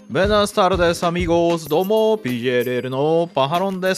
ベナスタルです、アミゴス。どうも PJLL のパハロンです。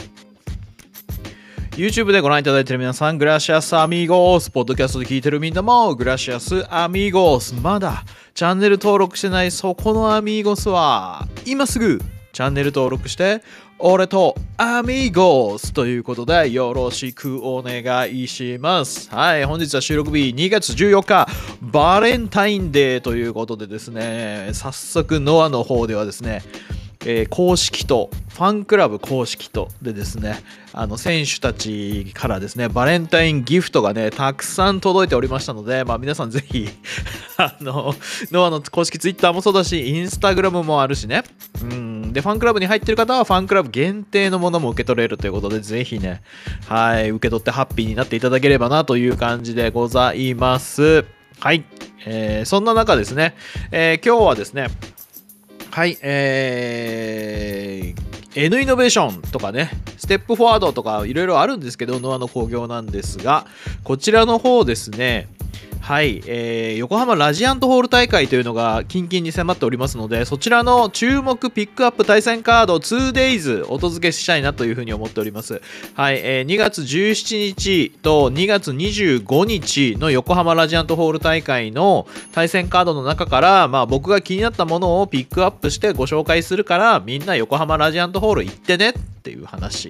YouTube でご覧いただいている皆さん、グラシアスアミゴス。ポッドキャストで聞いているみんなもグラシアスアミゴス。まだチャンネル登録してないそこのアミゴスは今すぐチャンネル登録して俺とアミゴスということでよろしくお願いします。はい、本日は収録日2月14日バレンタインデーということでですね、早速ノアの方ではですね、公式とファンクラブ公式とでですね、選手たちからですねバレンタインギフトがねたくさん届いておりましたので、皆さんぜひノアの公式ツイッターもそうだしインスタグラムもあるしね、でファンクラブに入ってる方はファンクラブ限定のものも受け取れるということで、ぜひね、はい、受け取ってハッピーになっていただければなという感じでございます。はい、そんな中ですね、今日はですね、はい、N イノベーションとかね、ステップフォワードとかいろいろあるんですけど、ノアの興行なんですが、こちらの方ですね、はい、横浜ラジアントホール大会というのが近々に迫っておりますので、そちらの注目ピックアップ対戦カード 2days お届けしたいなというふうに思っております。はい、2月17日と2月25日の横浜ラジアントホール大会の対戦カードの中から、僕が気になったものをピックアップしてご紹介するから、みんな横浜ラジアントホール行ってねっていう話。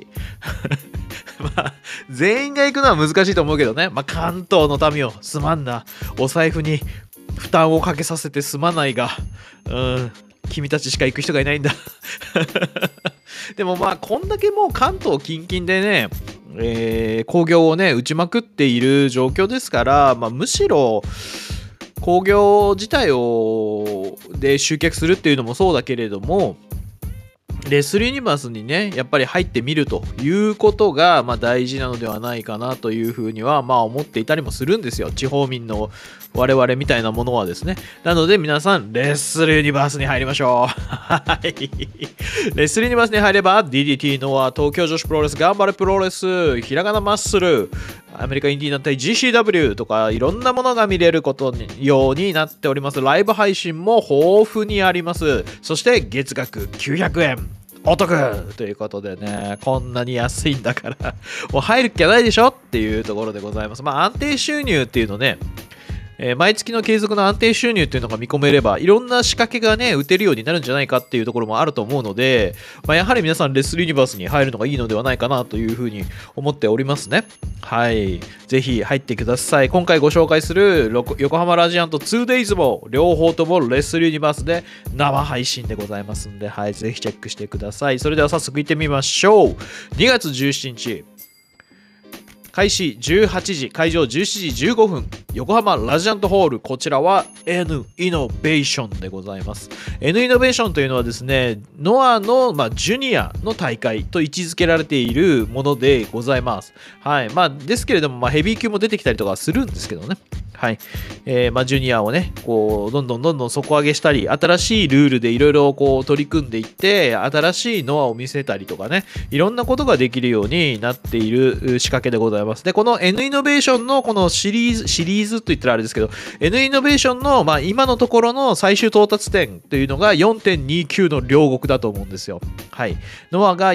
全員が行くのは難しいと思うけどね、関東の民をすまんな、お財布に負担をかけさせてすまないが、君たちしか行く人がいないんだでもこんだけもう関東近々でね、興行をね打ちまくっている状況ですから、むしろ興行自体で集客するっていうのもそうだけれども、レスルユニバースにねやっぱり入ってみるということが大事なのではないかなというふうには思っていたりもするんですよ、地方民の我々みたいなものはですね。なので皆さんレスルユニバースに入りましょうはいレスルユニバースに入れば DDT ノア、東京女子プロレス、頑張れプロレス、ひらがなマッスル、アメリカインディー団体 GCW とかいろんなものが見れるようになっております。ライブ配信も豊富にあります。そして月額900円お得ということでね、こんなに安いんだからもう入るっきゃないでしょっていうところでございます。安定収入っていうのね、毎月の継続の安定収入っていうのが見込めればいろんな仕掛けがね打てるようになるんじゃないかっていうところもあると思うので、やはり皆さんレスルユニバースに入るのがいいのではないかなというふうに思っておりますね。はい、ぜひ入ってください。今回ご紹介する横浜ラジアント 2days も両方ともレスルユニバースで生配信でございますんで、はい、ぜひチェックしてください。それでは早速行ってみましょう。2月17日開始18時、会場17時15分、横浜ラジアントホール、こちらは N イノベーションでございます。N イノベーションというのはですね、ノアの、ジュニアの大会と位置づけられているものでございます。はい、ですけれども、ヘビー級も出てきたりとかするんですけどね。はい、ジュニアをねこうどんどん底上げしたり、新しいルールでいろいろ取り組んでいって新しいノアを見せたりとかね、いろんなことができるようになっている仕掛けでございます。でこの N イノベーションのこのシリーズと言ったらあれですけど、 N イノベーションの、今のところの最終到達点というのが 4.29 の両国だと思うんですよ。はい、ノアが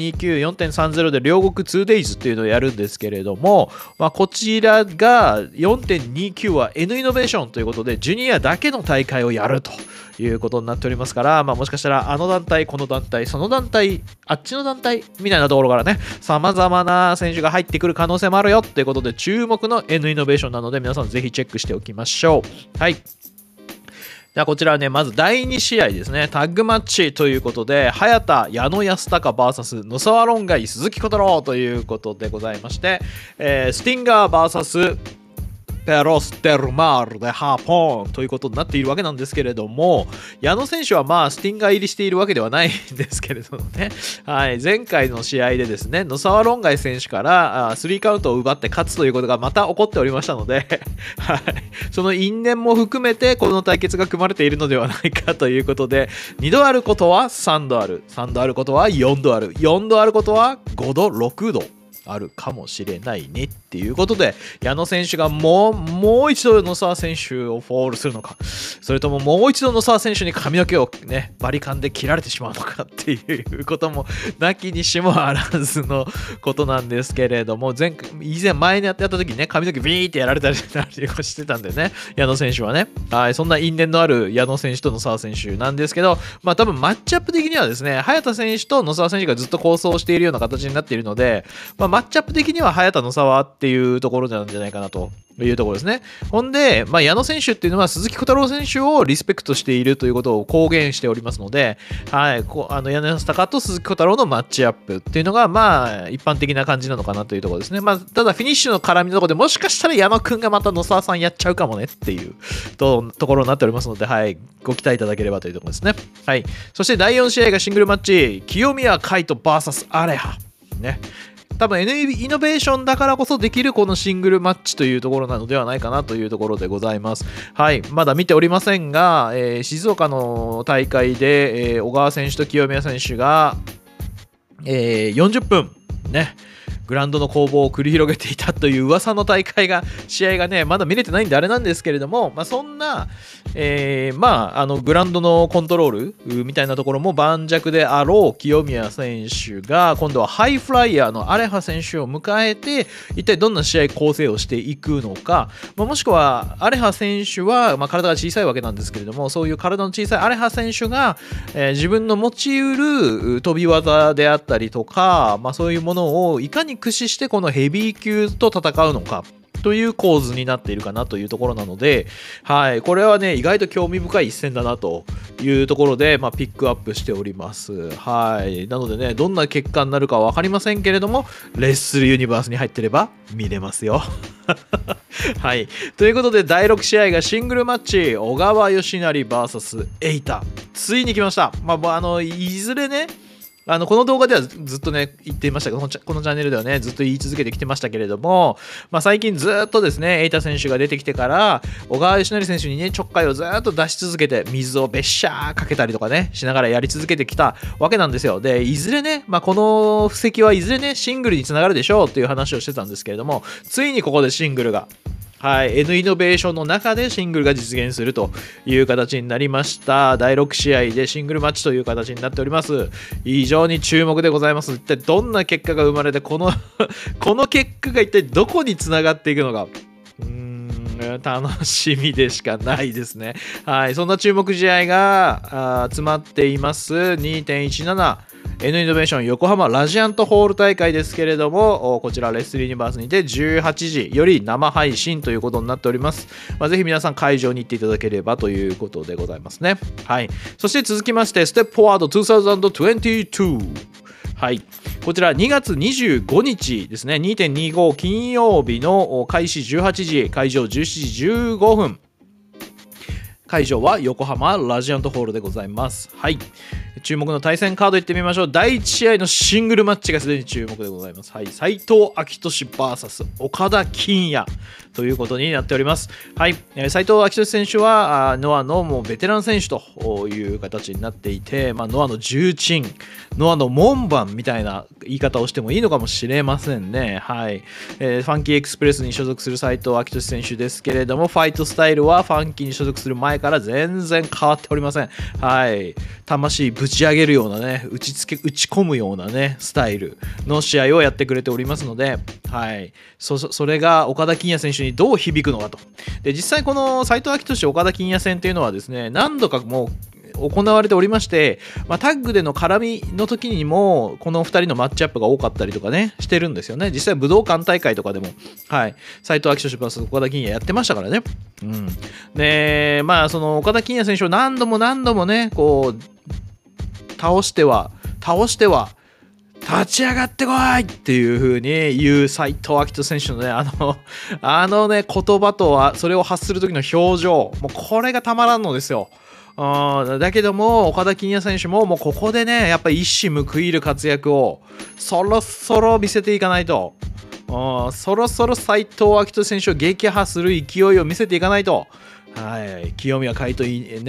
4.29、4.30 で両国 2days っていうのをやるんですけれども、こちらが 4.29は N イノベーションということでジュニアだけの大会をやるということになっておりますから、もしかしたらあの団体この団体その団体あっちの団体みたいなところからね様々な選手が入ってくる可能性もあるよということで注目の N イノベーションなので皆さんぜひチェックしておきましょう。はい、じゃあこちらはねまず第2試合ですね、タッグマッチということで早田矢野安隆 VS 野沢論外鈴木小太郎ということでございまして、スティンガー VSペロス・デルマールでハーポーンということになっているわけなんですけれども、矢野選手はスティンガー入りしているわけではないんですけれどもね、はい、前回の試合でですね野沢論外選手から3カウントを奪って勝つということがまた起こっておりましたのではい、その因縁も含めてこの対決が組まれているのではないかということで、2度あることは3度ある、3度あることは4度ある、4度あることは5度6度あるかもしれないねっていうことで、矢野選手がもう一度野沢選手をフォールするのか、それとももう一度野沢選手に髪の毛をね、バリカンで切られてしまうのかっていうこともなきにしもあらずのことなんですけれども、前にやった時にね、髪の毛ビーってやられたりしてたんでね、矢野選手はね。はい、そんな因縁のある矢野選手と野沢選手なんですけど、まあ多分マッチアップ的にはですね、早田選手と野沢選手がずっと構想しているような形になっているので、まあ、マッチアップ的には早田野沢っていうところなんじゃないかなというところですね。ほんで、まあ、矢野選手っていうのは鈴木小太郎選手をリスペクトしているということを公言しておりますので、はい、矢野隆と鈴木小太郎のマッチアップっていうのが、まあ、一般的な感じなのかなというところですね。まあ、ただ、フィニッシュの絡みのところでもしかしたら矢野くんがまた野沢さんやっちゃうかもねっていうところになっておりますので、はい、ご期待いただければというところですね。はい。そして、第4試合がシングルマッチ、清宮海斗 VS アレハ。ね。多分 N イノベーションだからこそできるこのシングルマッチというところなのではないかなというところでございます。はい。まだ見ておりませんが、静岡の大会で、小川選手と清宮選手が、40分ね、グラウンドの攻防を繰り広げていたという噂の試合がね、まだ見れてないんであれなんですけれども、まあ、そんな、グラウンドのコントロールみたいなところも盤石であろう清宮選手が、今度はハイフライヤーのアレハ選手を迎えて、一体どんな試合構成をしていくのか、まあ、もしくはアレハ選手は、まあ、体が小さいわけなんですけれども、そういう体の小さいアレハ選手が、自分の持ち得る飛び技であったりとか、まあ、そういうものをいかに駆使してこのヘビー級と戦うのかという構図になっているかなというところなので、はい、これはね、意外と興味深い一戦だなというところで、まあ、ピックアップしております。はい。なのでね、どんな結果になるかは分かりませんけれども、レッスルユニバースに入ってれば見れますよ。はい。ということで、第6試合がシングルマッチ、小川義成 VS エイタ。ついに来ました。まあ、いずれね、この動画ではずっとね、言っていましたけど、このチャンネルではね、ずっと言い続けてきてましたけれども、まあ、最近ずっとですね、エイタ選手が出てきてから、小川義成選手にね、ちょっかいをずっと出し続けて、水をべっしゃーかけたりとかね、しながらやり続けてきたわけなんですよ。で、いずれね、まあ、この布石はいずれね、シングルにつながるでしょうっていう話をしてたんですけれども、ついにここでシングルが、はい、N イノベーションの中でシングルが実現するという形になりました。第6試合でシングルマッチという形になっております。非常に注目でございます。一体どんな結果が生まれて、この結果が一体どこにつながっていくのか。楽しみでしかないですね。はい、そんな注目試合が詰まっています。2.17N イノベーション横浜ラジアントホール大会ですけれども、こちらレッスルユニバースにて18時より生配信ということになっております。ぜひ皆さん会場に行っていただければということでございますね。はい。そして続きまして、ステップフォワード2022。はい。こちら2月25日ですね。2.25 金曜日の開始18時、会場17時15分。会場は横浜ラジアントホールでございます。はい。注目の対戦カードいってみましょう。第1試合のシングルマッチがすでに注目でございます。はい。斉藤明俊 VS 岡田金也ということになっております。はい。斉藤明俊選手はノアのもうベテラン選手という形になっていて、ノアの重鎮、ノアの門番みたいな言い方をしてもいいのかもしれませんね。はい。ファンキーエクスプレスに所属する斉藤明俊選手ですけれども、ファイトスタイルはファンキーに所属する前から全然変わっておりません。はい。魂ぶち上げるようなね、打ち込むようなね、スタイルの試合をやってくれておりますので、はい。それが岡田金也選手にどう響くのかと。で、実際この斉藤明俊岡田金也戦っていうのはですね、何度かもう行われておりまして、タッグでの絡みの時にもこの2人のマッチアップが多かったりとかねしてるんですよね。実際武道館大会とかでも、はい、斉藤明俊 VS 岡田金也やってましたからね。で、その岡田金也選手を何度もねこう倒しては立ち上がってこいっていう風に言う斉藤明俊選手のねね言葉とそれを発する時の表情、もうこれがたまらんのですよ。だけども岡田金也選手ももうここでねやっぱり一矢報いる活躍をそろそろ見せていかないと、そろそろ斉藤明俊選手を撃破する勢いを見せていかないと、はい、清宮海斗ね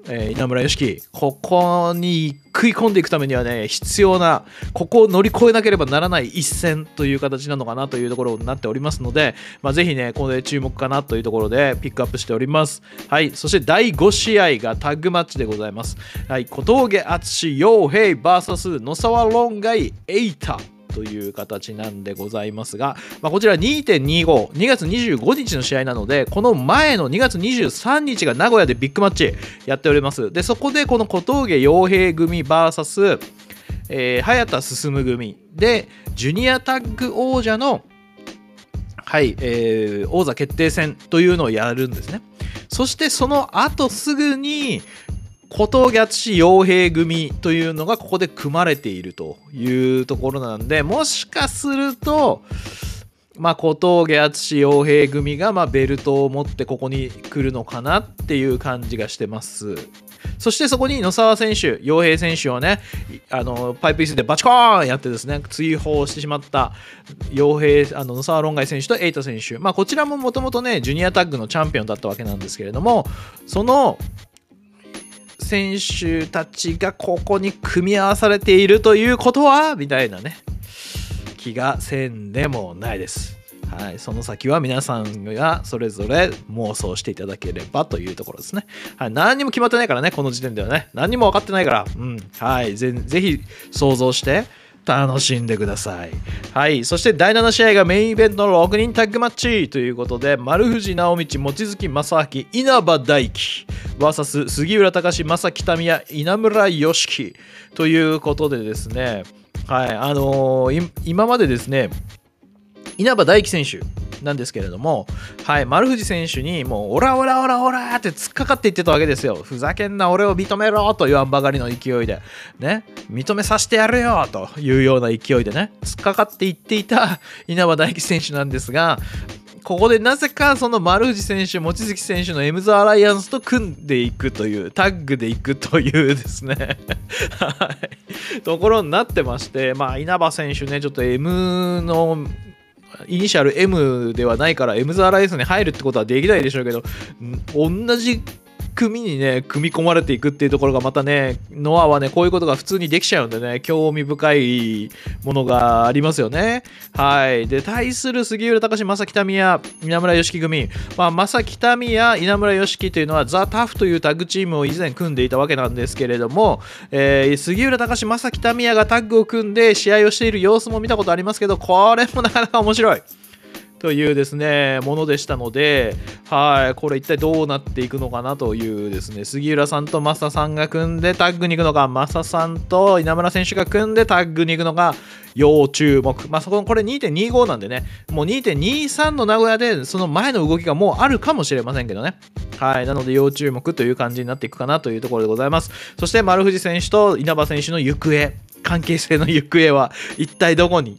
稲村良樹、ここに食い込んでいくためにはね、必要な、ここを乗り越えなければならない一戦という形なのかなというところになっておりますので、ぜひね、ここで注目かなというところでピックアップしております。はい、そして第5試合がタッグマッチでございます。はい、小峠敦陽平 VS 野沢論外エイタという形なんでございますが、こちら 2.25、2月25日の試合なので、この前の2月23日が名古屋でビッグマッチやっております。で、そこでこの小峠陽平組 VS、早田進組で、ジュニアタッグ王者の、はい、王座決定戦というのをやるんですね。そしてその後すぐに、小峠敦陽平組というのがここで組まれているというところなんで、もしかすると、小峠敦陽平組がベルトを持ってここに来るのかなっていう感じがしてます。そしてそこに野沢選手、陽平選手をね、パイプ椅子でバチコーンやってですね、追放してしまった陽平、野沢論外選手とエイタ選手、こちらももともとね、ジュニアタッグのチャンピオンだったわけなんですけれども、その選手たちがここに組み合わされているということはみたいなね、気がせんでもないです。はい、その先は皆さんがそれぞれ妄想していただければというところですね。はい、何にも決まってないからね、この時点ではね、何にも分かってないから、はい、ぜひ想像して楽しんでください。はい、そして第7試合がメインイベントの6人タッグマッチということで、丸藤直道、望月正明、稲葉大輝 VS 杉浦隆、正木民也、稲村良樹ということでですね、はい、今までですね、稲葉大輝選手なんですけれども、はい、丸藤選手にもうオラオラオラオラって突っかかっていってたわけですよ。ふざけんな、俺を認めろと言わんばかりの勢いでね、認めさせてやるよというような勢いでね、突っかかっていっていた稲葉大輝選手なんですが、ここでなぜかその丸藤選手、望月選手のエムズアライアンスと組んでいくという、タッグでいくというですねところになってまして、稲葉選手ね、ちょっと M のイニシャル M ではないからエムズアライアンスに入るってことはできないでしょうけど、同じ組にね組み込まれていくっていうところがまたね、ノアはねこういうことが普通にできちゃうんでね、興味深いものがありますよね。はい。で対する杉浦隆、正木民也、稲村良樹組、正木民也、稲村良樹というのはザ・タフというタッグチームを以前組んでいたわけなんですけれども、杉浦隆、正木民也がタッグを組んで試合をしている様子も見たことありますけど、これもなかなか面白いというですねものでしたので、はい、これ一体どうなっていくのかなというですね、杉浦さんと増田さんが組んでタッグに行くのか、増田さんと稲村選手が組んでタッグに行くのか要注目。そここれ 2.25 なんでね、もう 2.23 の名古屋でその前の動きがもうあるかもしれませんけどね。はい、なので要注目という感じになっていくかなというところでございます。そして丸藤選手と稲葉選手の行方、関係性の行方は一体どこに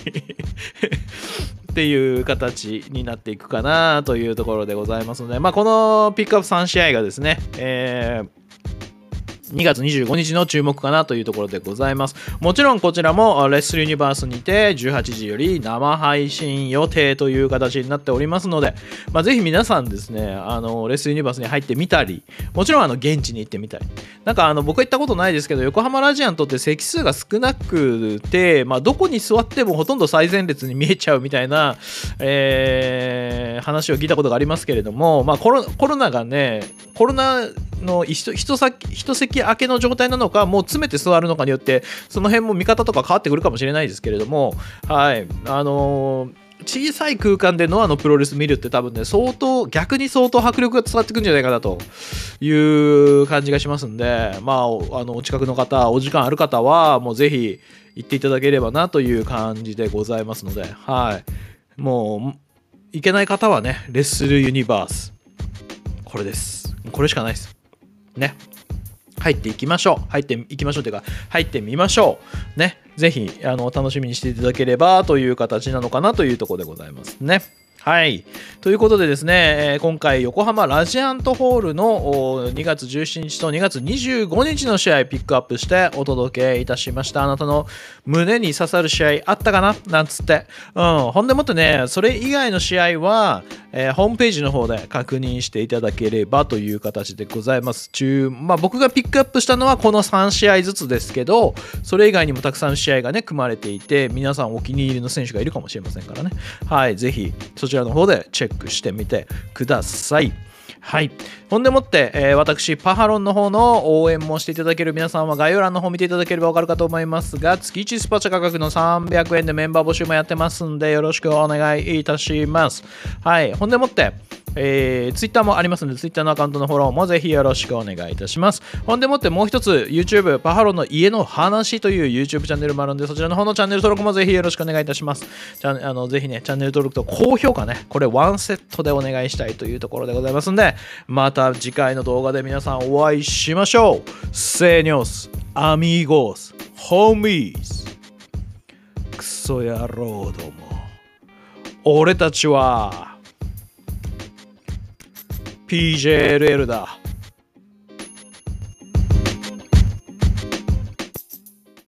っていう形になっていくかなというところでございますので、このピックアップ3試合がですね、2月25日の注目かなというところでございます。もちろんこちらもレッスルユニバースにて18時より生配信予定という形になっておりますので、ぜひ皆さんですね、レッスルユニバースに入ってみたり、もちろん現地に行ってみたり、なんか僕は行ったことないですけど、横浜ラジアンとって席数が少なくて、どこに座ってもほとんど最前列に見えちゃうみたいな、話を聞いたことがありますけれども、コロナがね、コロナの一席空けの状態なのか、もう詰めて座るのかによってその辺も見方とか変わってくるかもしれないですけれども、はい、小さい空間でノアのプロレス見るって多分ね、逆に相当迫力が伝わってくるんじゃないかなという感じがしますんで、お近くの方、お時間ある方はもうぜひ行っていただければなという感じでございますので、はい、もう行けない方はね、レッスルユニバース、これです。これしかないですね。入っていきましょう。入っていきましょうというか、入ってみましょうね。ぜひ楽しみにしていただければという形なのかなというところでございますね。 はい。ということでですね、今回横浜ラジアントホールの2月17日と2月25日の試合ピックアップしてお届けいたしました。あなたの胸に刺さる試合あったかななんつって。ほんでもってね、それ以外の試合は、ホームページの方で確認していただければという形でございます。僕がピックアップしたのはこの3試合ずつですけど、それ以外にもたくさん試合がね、組まれていて、皆さんお気に入りの選手がいるかもしれませんからね。はい。ぜひ、そちらの方でチェックしてみてください。はい。ほんでもって、私、パハロンの方の応援もしていただける皆さんは概要欄の方見ていただければわかるかと思いますが、月1スパチャ価格の300円でメンバー募集もやってますんで、よろしくお願いいたします。はい。ほんでもって、Twitter もありますので、Twitter のアカウントのフォローもぜひよろしくお願いいたします。ほんでもってもう一つ、YouTube、パハロンの家の話という YouTube チャンネルもあるので、そちらの方のチャンネル登録もぜひよろしくお願いいたします。ぜひね、チャンネル登録と高評価ね、これワンセットでお願いしたいというところでございますんで、また次回の動画で皆さんお会いしましょう。セーニョス、アミーゴス、ホーミーズ、クソ野郎ども。俺たちは、PJLL だ。